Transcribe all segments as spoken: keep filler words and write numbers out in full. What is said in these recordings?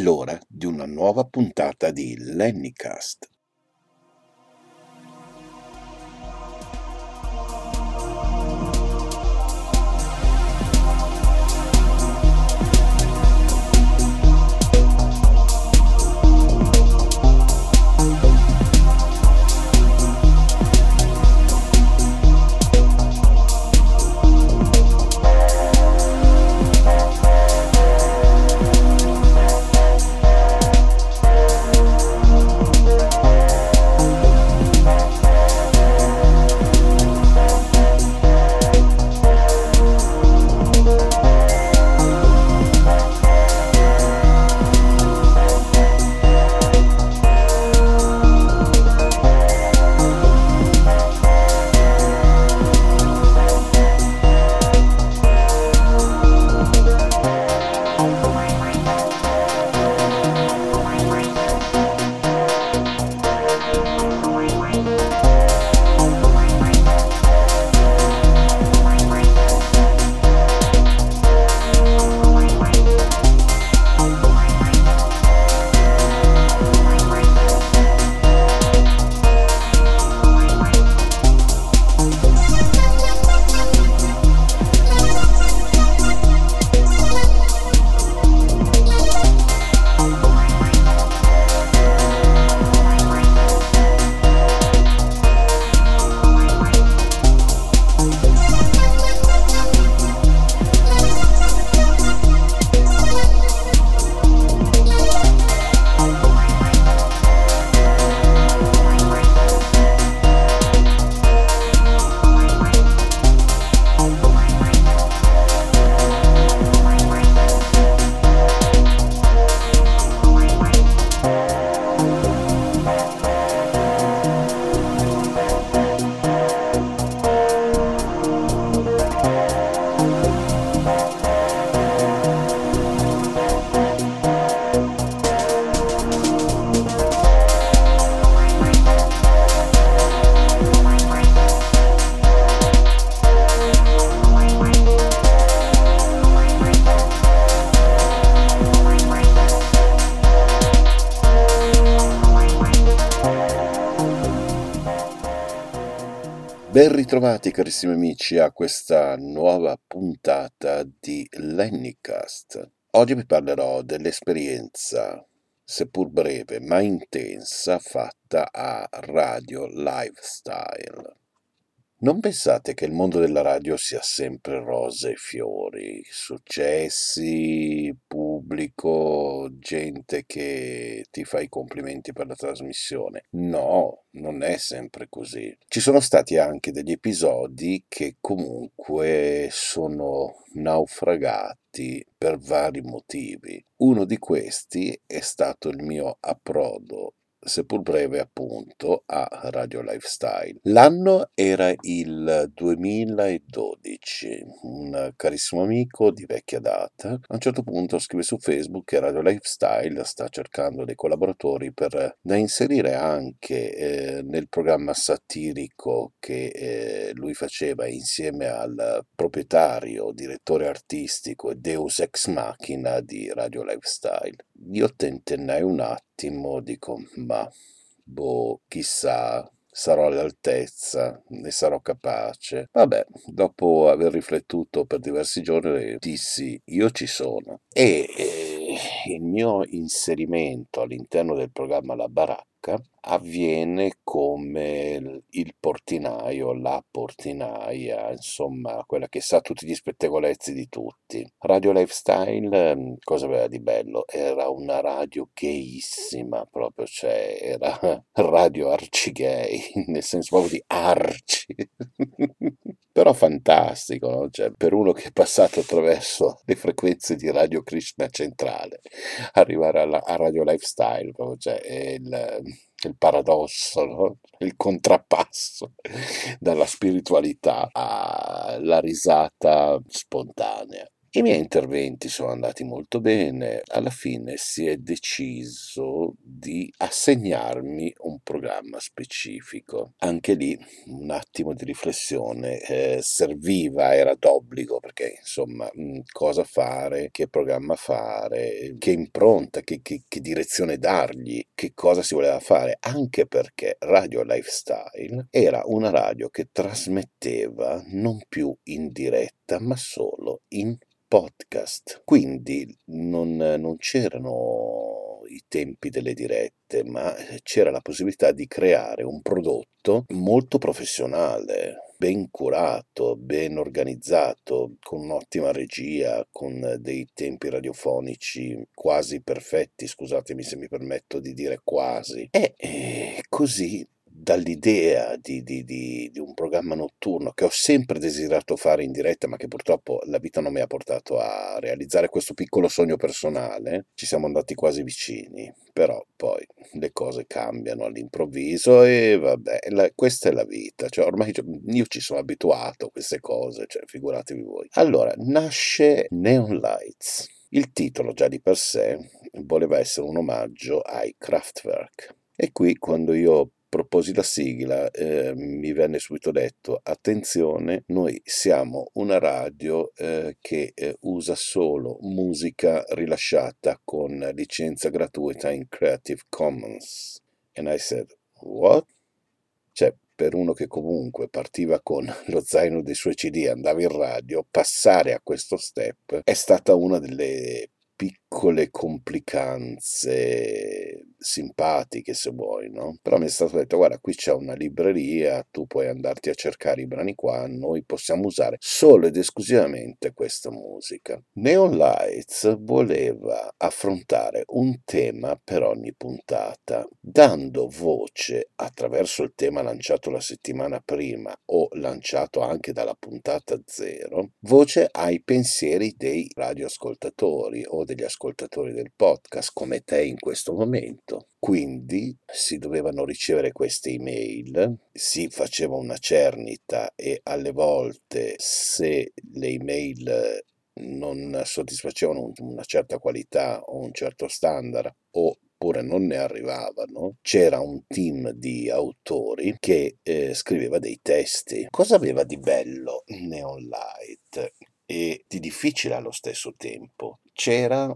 È l'ora di una nuova puntata di LennyCast. Ben ritrovati carissimi amici a questa nuova puntata di LennyCast. Oggi vi parlerò dell'esperienza, seppur breve ma intensa, fatta a Radio Lifestyle. Non pensate che il mondo della radio sia sempre rose e fiori, successi, pubblico, gente che ti fa i complimenti per la trasmissione. No, non è sempre così. Ci sono stati anche degli episodi che comunque sono naufragati per vari motivi. Uno di questi è stato il mio approdo, seppur breve appunto, a Radio Lifestyle. L'anno era il duemiladodici. Un carissimo amico di vecchia data a un certo punto scrive su Facebook che Radio Lifestyle sta cercando dei collaboratori per da inserire anche eh, nel programma satirico che eh, lui faceva insieme al proprietario, direttore artistico e Deus Ex Machina di Radio Lifestyle. Io tentennai un attimo, dico, ma boh, chissà, sarò all'altezza, ne sarò capace. Vabbè, dopo aver riflettuto per diversi giorni, dissi, io ci sono. E eh, il mio inserimento all'interno del programma La Baracca avviene come il portinaio, la portinaia, insomma, quella che sa tutti gli spettegolezzi di tutti. Radio Lifestyle, cosa aveva di bello? Era una radio gayissima, proprio, cioè era radio arci gay, nel senso proprio di arci. Però fantastico, no? Cioè, per uno che è passato attraverso le frequenze di Radio Krishna Centrale, arrivare alla, a Radio Lifestyle, proprio, cioè, è il, il paradosso, no? Il contrappasso dalla spiritualità alla risata spontanea. I miei interventi sono andati molto bene, alla fine si è deciso di assegnarmi un programma specifico. Anche lì un attimo di riflessione eh, serviva, era d'obbligo, perché insomma mh, cosa fare, che programma fare, che impronta, che, che, che direzione dargli, che cosa si voleva fare, anche perché Radio Lifestyle era una radio che trasmetteva non più in diretta, ma solo in podcast. Quindi non, non c'erano i tempi delle dirette, ma c'era la possibilità di creare un prodotto molto professionale, ben curato, ben organizzato, con un'ottima regia, con dei tempi radiofonici quasi perfetti, scusatemi se mi permetto di dire quasi. E eh, così dall'idea di, di, di, di un programma notturno che ho sempre desiderato fare in diretta, ma che purtroppo la vita non mi ha portato a realizzare questo piccolo sogno personale, ci siamo andati quasi vicini, però poi le cose cambiano all'improvviso e vabbè, la, questa è la vita, cioè ormai io ci sono abituato a queste cose, cioè figuratevi voi. Allora, nasce Neon Lights. Il titolo già di per sé voleva essere un omaggio ai Kraftwerk. E qui quando io proposi la sigla eh, mi venne subito detto: attenzione, noi siamo una radio eh, che eh, usa solo musica rilasciata con licenza gratuita in Creative Commons. And I said, what? Cioè, per uno che comunque partiva con lo zaino dei suoi C D e andava in radio, passare a questo step è stata una delle piccole complicanze simpatiche, se vuoi, no? Però mi è stato detto: guarda, qui c'è una libreria, tu puoi andarti a cercare i brani qua, noi possiamo usare solo ed esclusivamente questa musica. Neon Lights voleva affrontare un tema per ogni puntata, dando voce attraverso il tema lanciato la settimana prima o lanciato anche dalla puntata zero, voce ai pensieri dei radioascoltatori o degli ascoltatori del podcast come te in questo momento. Quindi si dovevano ricevere queste email, si faceva una cernita e alle volte, se le email non soddisfacevano una certa qualità o un certo standard oppure non ne arrivavano, c'era un team di autori che eh, scriveva dei testi. Cosa aveva di bello Neon Light e di difficile allo stesso tempo? C'era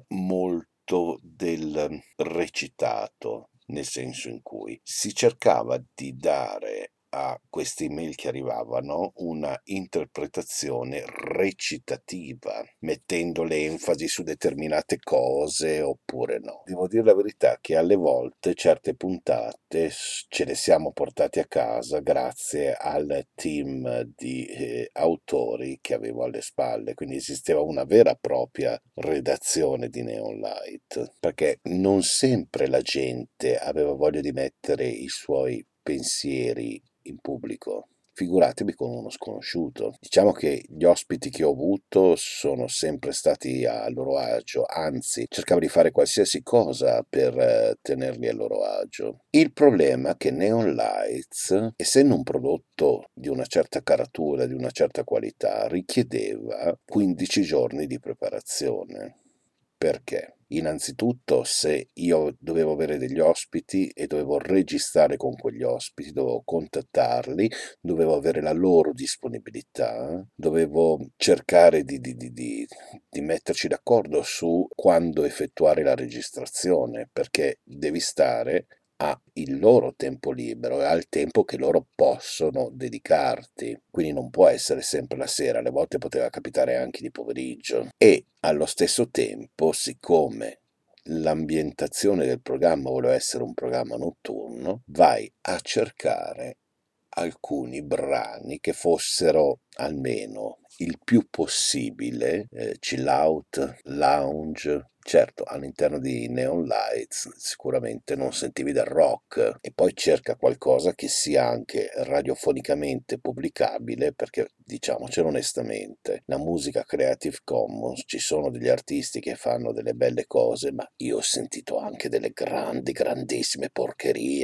molto del recitato, nel senso in cui si cercava di dare a queste email che arrivavano una interpretazione recitativa, mettendo l'enfasi su determinate cose oppure no. Devo dire la verità che alle volte certe puntate ce le siamo portate a casa grazie al team di eh, autori che avevo alle spalle, quindi esisteva una vera e propria redazione di Neon Light, perché non sempre la gente aveva voglia di mettere i suoi pensieri in pubblico. Figuratevi con uno sconosciuto. Diciamo che gli ospiti che ho avuto sono sempre stati a loro agio, anzi cercavo di fare qualsiasi cosa per eh, tenerli a loro agio. Il problema è che Neon Lights, essendo un prodotto di una certa caratura, di una certa qualità, richiedeva quindici giorni di preparazione. Perché? Innanzitutto, se io dovevo avere degli ospiti e dovevo registrare con quegli ospiti, dovevo contattarli, dovevo avere la loro disponibilità, dovevo cercare di, di, di, di, di metterci d'accordo su quando effettuare la registrazione, perché devi stare ha il loro tempo libero e al tempo che loro possono dedicarti, quindi non può essere sempre la sera, alle volte poteva capitare anche di pomeriggio. E allo stesso tempo, siccome l'ambientazione del programma voleva essere un programma notturno, vai a cercare alcuni brani che fossero almeno il più possibile eh, chill out, lounge. Certo, all'interno di Neon Lights sicuramente non sentivi del rock, e poi cerca qualcosa che sia anche radiofonicamente pubblicabile, perché diciamocelo onestamente, la musica Creative Commons, ci sono degli artisti che fanno delle belle cose, ma io ho sentito anche delle grandi, grandissime porcherie.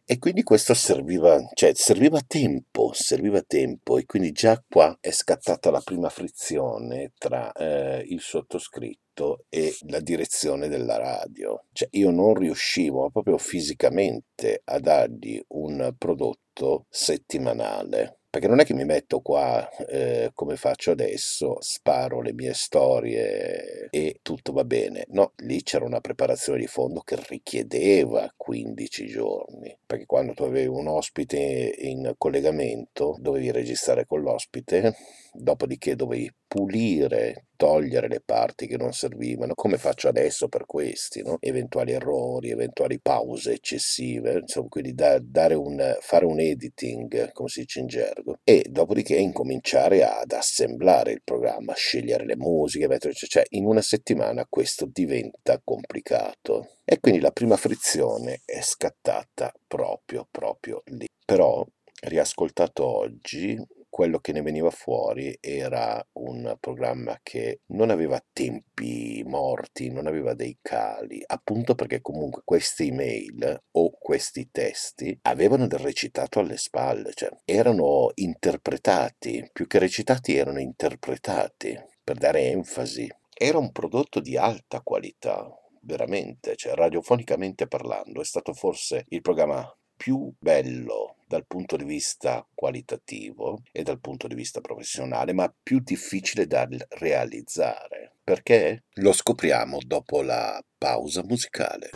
E quindi questo serviva, cioè serviva tempo, serviva tempo, e quindi già qua è scattata la prima frizione tra eh, il sottoscritto e la direzione della radio. Cioè io non riuscivo proprio fisicamente a dargli un prodotto settimanale. Perché non è che mi metto qua, eh, come faccio adesso, sparo le mie storie e tutto va bene. No, lì c'era una preparazione di fondo che richiedeva quindici giorni. Perché quando tu avevi un ospite in collegamento, dovevi registrare con l'ospite, dopodiché dovevi pulire, togliere le parti che non servivano, come faccio adesso per questi, no? Eventuali errori, eventuali pause eccessive, insomma, quindi da, dare un, fare un editing, come si dice in gergo, e dopodiché incominciare ad assemblare il programma, scegliere le musiche, mettere, cioè in una settimana questo diventa complicato. E quindi la prima frizione è scattata proprio, proprio lì. Però, riascoltato oggi, quello che ne veniva fuori era un programma che non aveva tempi morti, non aveva dei cali, appunto perché comunque queste email o questi testi avevano del recitato alle spalle, cioè erano interpretati, più che recitati erano interpretati per dare enfasi. Era un prodotto di alta qualità, veramente, cioè radiofonicamente parlando, è stato forse il programma più bello dal punto di vista qualitativo e dal punto di vista professionale, ma più difficile da realizzare. Perché? Lo scopriamo dopo la pausa musicale.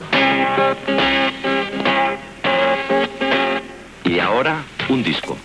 E ora un disco.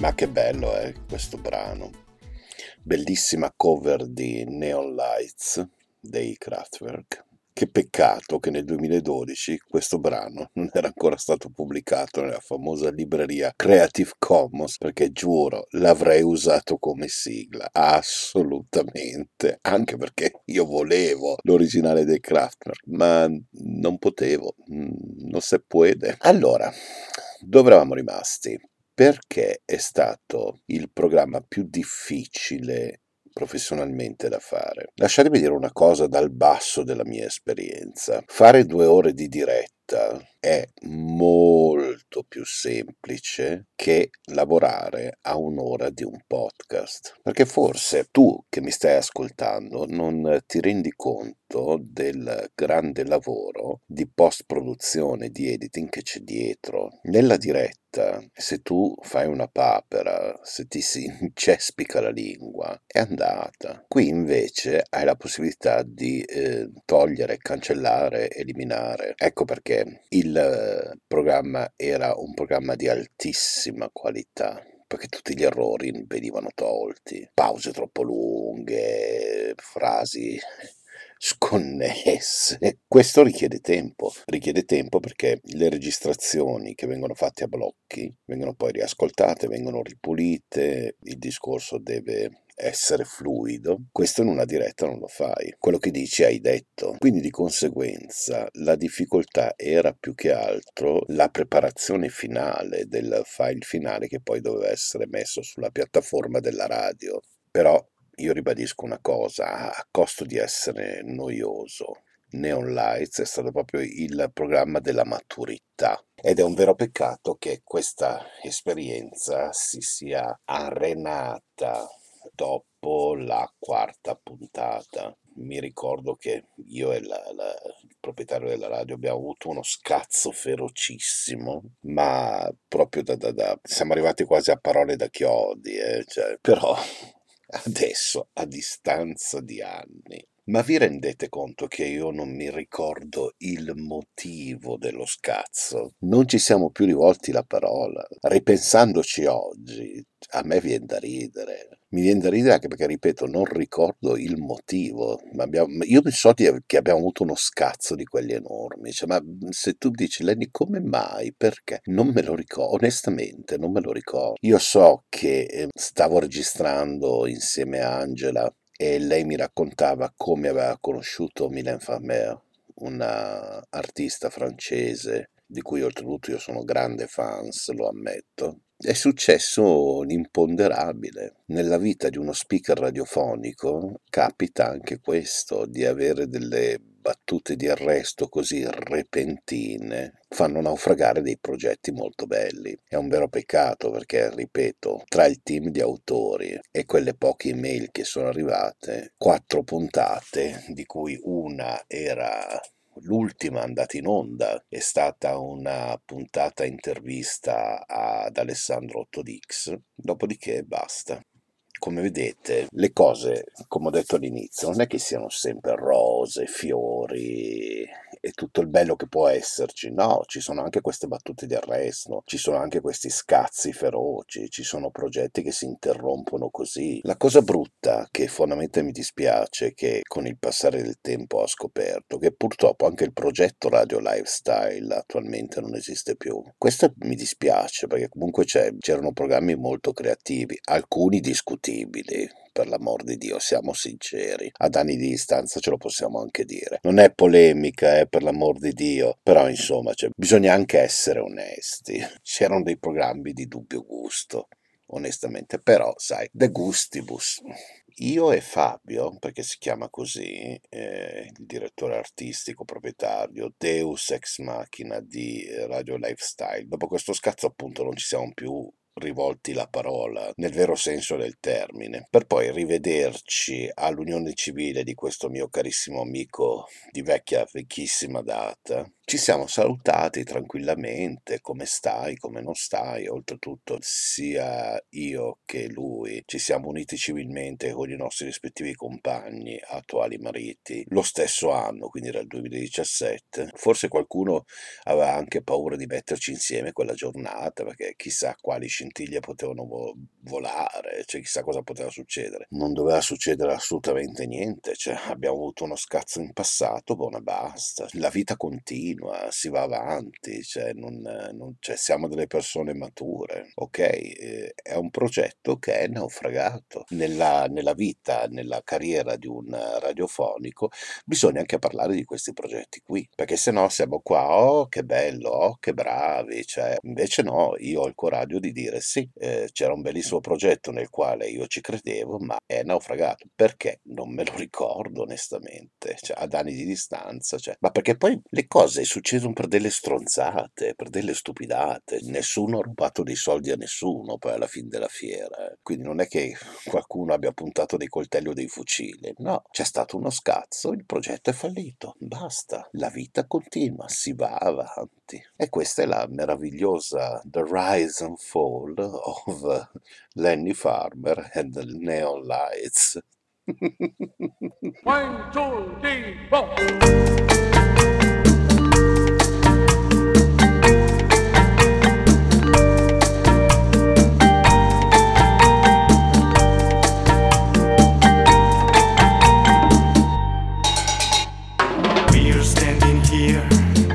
Ma che bello è questo brano. Bellissima cover di Neon Lights dei Kraftwerk. Che peccato che nel duemiladodici questo brano non era ancora stato pubblicato nella famosa libreria Creative Commons, perché giuro l'avrei usato come sigla, assolutamente, anche perché io volevo l'originale dei Kraftwerk, ma non potevo, mm, non se puede. Allora, dove eravamo rimasti? Perché è stato il programma più difficile professionalmente da fare? Lasciatemi dire una cosa dal basso della mia esperienza. Fare due ore di diretta è molto più semplice che lavorare a un'ora di un podcast. Perché forse tu che mi stai ascoltando non ti rendi conto del grande lavoro di post-produzione, di editing che c'è dietro. Nella diretta, se tu fai una papera, se ti si incespica la lingua, è andata. Qui invece hai la possibilità di eh, togliere, cancellare, eliminare. Ecco perché il eh, programma era un programma di altissima qualità, perché tutti gli errori venivano tolti, pause troppo lunghe, frasi sconnesse. Questo richiede tempo, richiede tempo perché le registrazioni che vengono fatte a blocchi vengono poi riascoltate, vengono ripulite, il discorso deve essere fluido. Questo in una diretta non lo fai, quello che dici hai detto, quindi di conseguenza la difficoltà era più che altro la preparazione finale del file finale che poi doveva essere messo sulla piattaforma della radio. Però io ribadisco una cosa, a costo di essere noioso, Neon Lights è stato proprio il programma della maturità ed è un vero peccato che questa esperienza si sia arenata dopo la quarta puntata. Mi ricordo che io e la, la- il proprietario della radio abbiamo avuto uno scazzo ferocissimo, ma proprio da, da- da- siamo arrivati quasi a parole da chiodi, eh, cioè, però adesso, a distanza di anni, ma vi rendete conto che io non mi ricordo il motivo dello scazzo? Non ci siamo più rivolti la parola. Ripensandoci oggi, a me viene da ridere. Mi viene da ridere anche perché, ripeto, non ricordo il motivo. Ma abbiamo- io mi so di- che abbiamo avuto uno scazzo di quelli enormi. Cioè, ma se tu dici, Lenny, come mai? Perché? Non me lo ricordo, onestamente, non me lo ricordo. Io so che eh, stavo registrando insieme a Angela e lei mi raccontava come aveva conosciuto Mylène Farmer, una artista francese di cui oltretutto io sono grande fans, lo ammetto. È successo l'imponderabile. Nella vita di uno speaker radiofonico capita anche questo, di avere delle battute di arresto così repentine, fanno naufragare dei progetti molto belli. È un vero peccato perché, ripeto, tra il team di autori e quelle poche email che sono arrivate, quattro puntate, di cui una era l'ultima andata in onda, è stata una puntata intervista ad Alessandro Ottodix, dopodiché basta. Come vedete, le cose, come ho detto all'inizio, non è che siano sempre rose, fiori e tutto il bello che può esserci. No, ci sono anche queste battute di arresto, ci sono anche questi scazzi feroci, ci sono progetti che si interrompono così. La cosa brutta, che fondamentalmente mi dispiace, che con il passare del tempo ho scoperto, che purtroppo anche il progetto Radio Lifestyle attualmente non esiste più. Questo mi dispiace, perché comunque c'è- c'erano programmi molto creativi, alcuni discutibili, per l'amor di Dio, siamo sinceri. Ad anni di distanza ce lo possiamo anche dire. Non è polemica, eh, per l'amor di Dio, però insomma, cioè, bisogna anche essere onesti. C'erano dei programmi di dubbio gusto, onestamente, però sai, de gustibus. Io e Fabio, perché si chiama così, eh, il direttore artistico proprietario, Deus ex machina di eh, Radio Lifestyle, dopo questo scazzo appunto non ci siamo più rivolti la parola nel vero senso del termine, per poi rivederci all'unione civile di questo mio carissimo amico di vecchia, vecchissima data, Ci siamo salutati tranquillamente, come stai, come non stai, oltretutto sia io che lui ci siamo uniti civilmente con i nostri rispettivi compagni, attuali mariti, lo stesso anno, quindi era il duemiladiciassette. Forse qualcuno aveva anche paura di metterci insieme quella giornata, perché chissà quali scintille potevano vo- volare, cioè chissà cosa poteva succedere. Non doveva succedere assolutamente niente, cioè abbiamo avuto uno scazzo in passato, buona basta, la vita continua, si va avanti, cioè, non, non- cioè, siamo delle persone mature, ok? Eh, è un progetto che è naufragato. Nella, nella vita, nella carriera di un radiofonico, bisogna anche parlare di questi progetti qui, perché se no siamo qua, oh che bello, oh che bravi, cioè, invece no, io ho il coraggio di dire sì, eh, c'era un bellissimo progetto nel quale io ci credevo, ma è naufragato. Perché? Non me lo ricordo onestamente, cioè, ad anni di distanza, cioè, ma perché poi le cose succedono per delle stronzate, per delle stupidate, nessuno ha rubato dei soldi a nessuno poi alla fine della fiera, eh. Quindi non è che qualcuno abbia puntato dei coltelli o dei fucili, no, c'è stato uno scazzo, il progetto è fallito, basta, la vita continua, si va avanti. E questa è la meravigliosa The Rise and Fall of Lenny Farmer and the Neon Lights. One, two, three, four. We're standing here,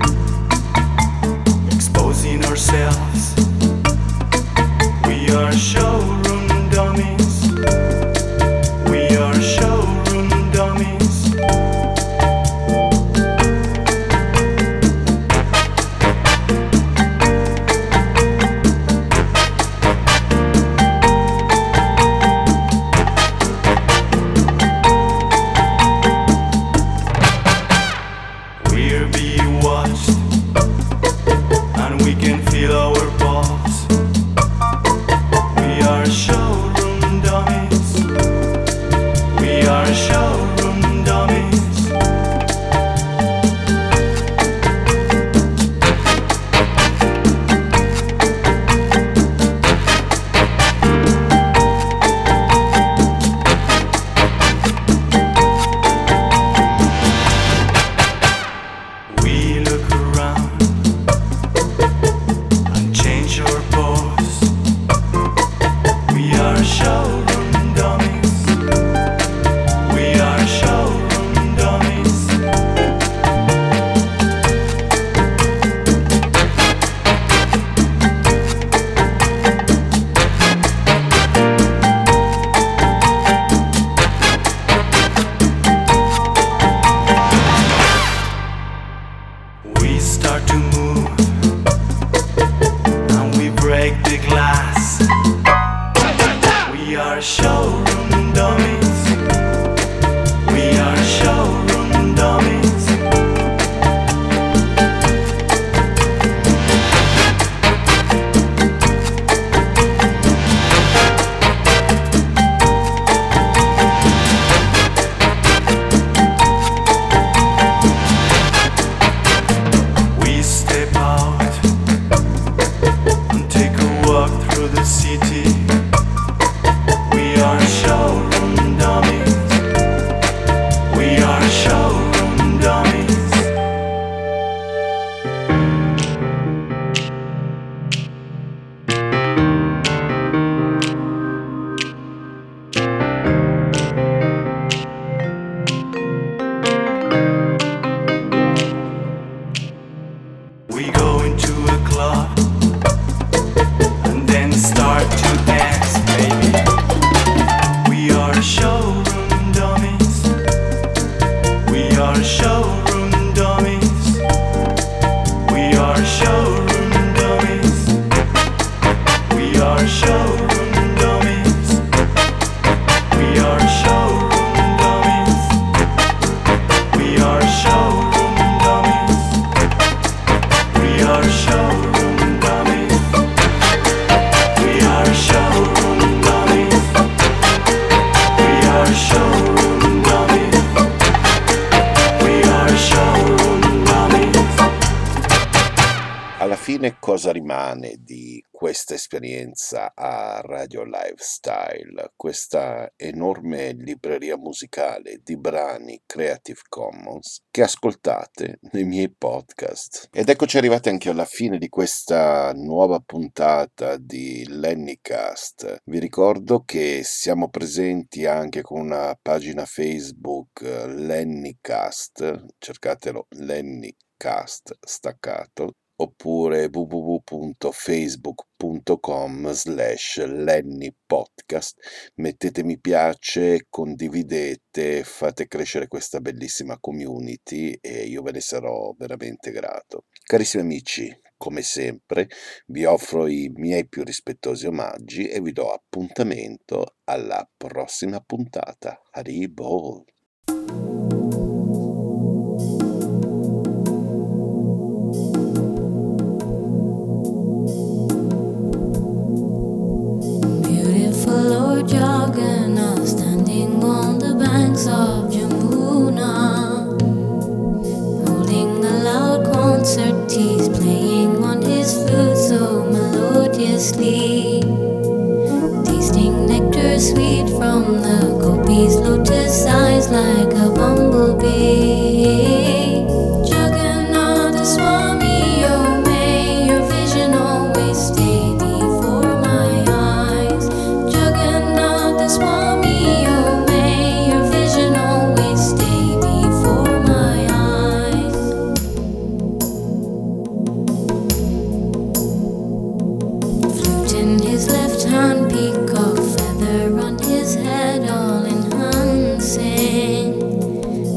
exposing ourselves. We are showroom dummies. We are showroom dummies. We're being watched, and we can feel our pulse. We are showroom dummies. We are showroom dummies. We look around and change our pose. We are showroom dummies. We are showroom dummies. We start to move and we break the glass. We are showroom dummies. We are showroom dummies. We step out and take a walk through the city. We are showroom dummies. We are showroom dummies. We go into a club and then start to dance, baby. We are showroom dummies. We are showroom dummies. We are showroom dummies. We are showroom dummies. We are showroom dummies. We are showroom dummies. We are showroom dummies. We are showroom dummies. We are showroom dummies. We are fine cosa rimane di questa esperienza a Radio Lifestyle, questa enorme libreria musicale di brani Creative Commons che ascoltate nei miei podcast? Ed eccoci arrivati anche alla fine di questa nuova puntata di LennyCast. Vi ricordo che siamo presenti anche con una pagina Facebook LennyCast, cercatelo LennyCast staccato, oppure w w w punto facebook punto com slash Lenny Podcast. Mettete mi piace, condividete, fate crescere questa bellissima community e io ve ne sarò veramente grato. Carissimi amici, come sempre vi offro i miei più rispettosi omaggi e vi do appuntamento alla prossima puntata. Haribol! Lord Jagannath standing on the banks of Jamuna, holding a loud concert, he's playing on his flute so melodiously, tasting nectar sweet from the gopi's lotus eyes like a bumblebee. Jagannatha Swami, oh may your vision always stay before my eyes. Jagannatha Swami, oh may your vision always stay before my eyes. Flute in his left hand, peacock feather on his head, all enhancing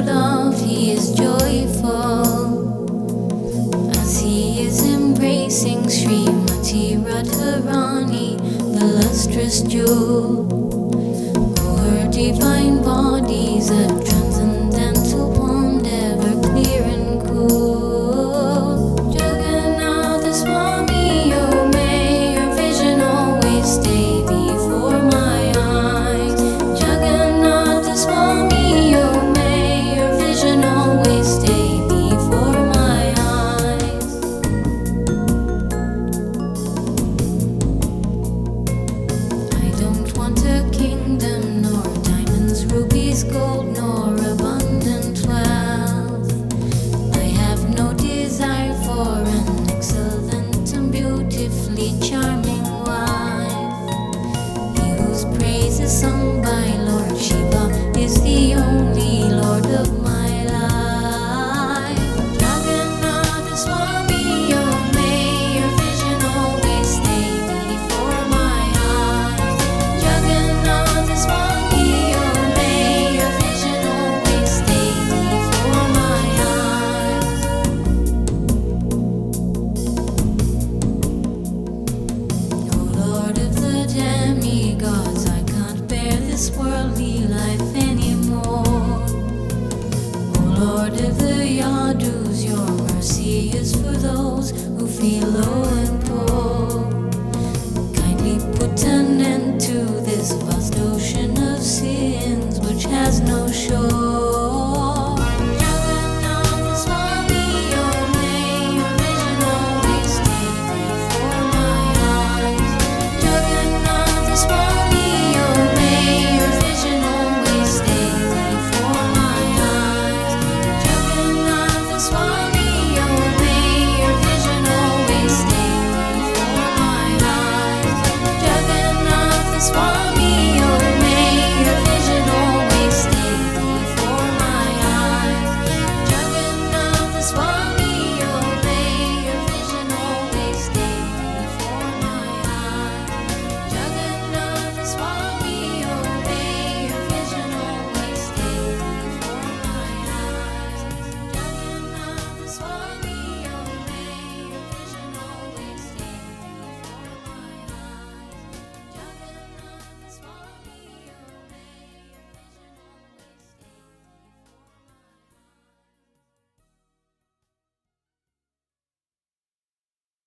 love, he is joyful as he is embracing Srimati Radharani, the lustrous jewel. Oh, her divine body's a transcendental pond, ever clear and cool. Jagannatha Swami, oh, may your vision always stay before my eyes. Jagannatha Swami, oh, may your vision always stay before my eyes. I don't want a kingdom, nor diamonds, rubies, gold, nor abundant wealth. I have no desire for an excellent and beautifully charming wife. He whose praise is sung by Lord Shiva is the only Lord of my life. Jagannatha Swami, oh, may your vision always stay before my eyes. Jagannatha Swami, oh, may your vision always stay before my eyes. Oh, Lord of the demigods, I can't bear this worldly life anymore. Oh, Lord of the Yadus, your mercy is for those who feel low and poor. Kindly put an end to this vast ocean of sins which has no shore.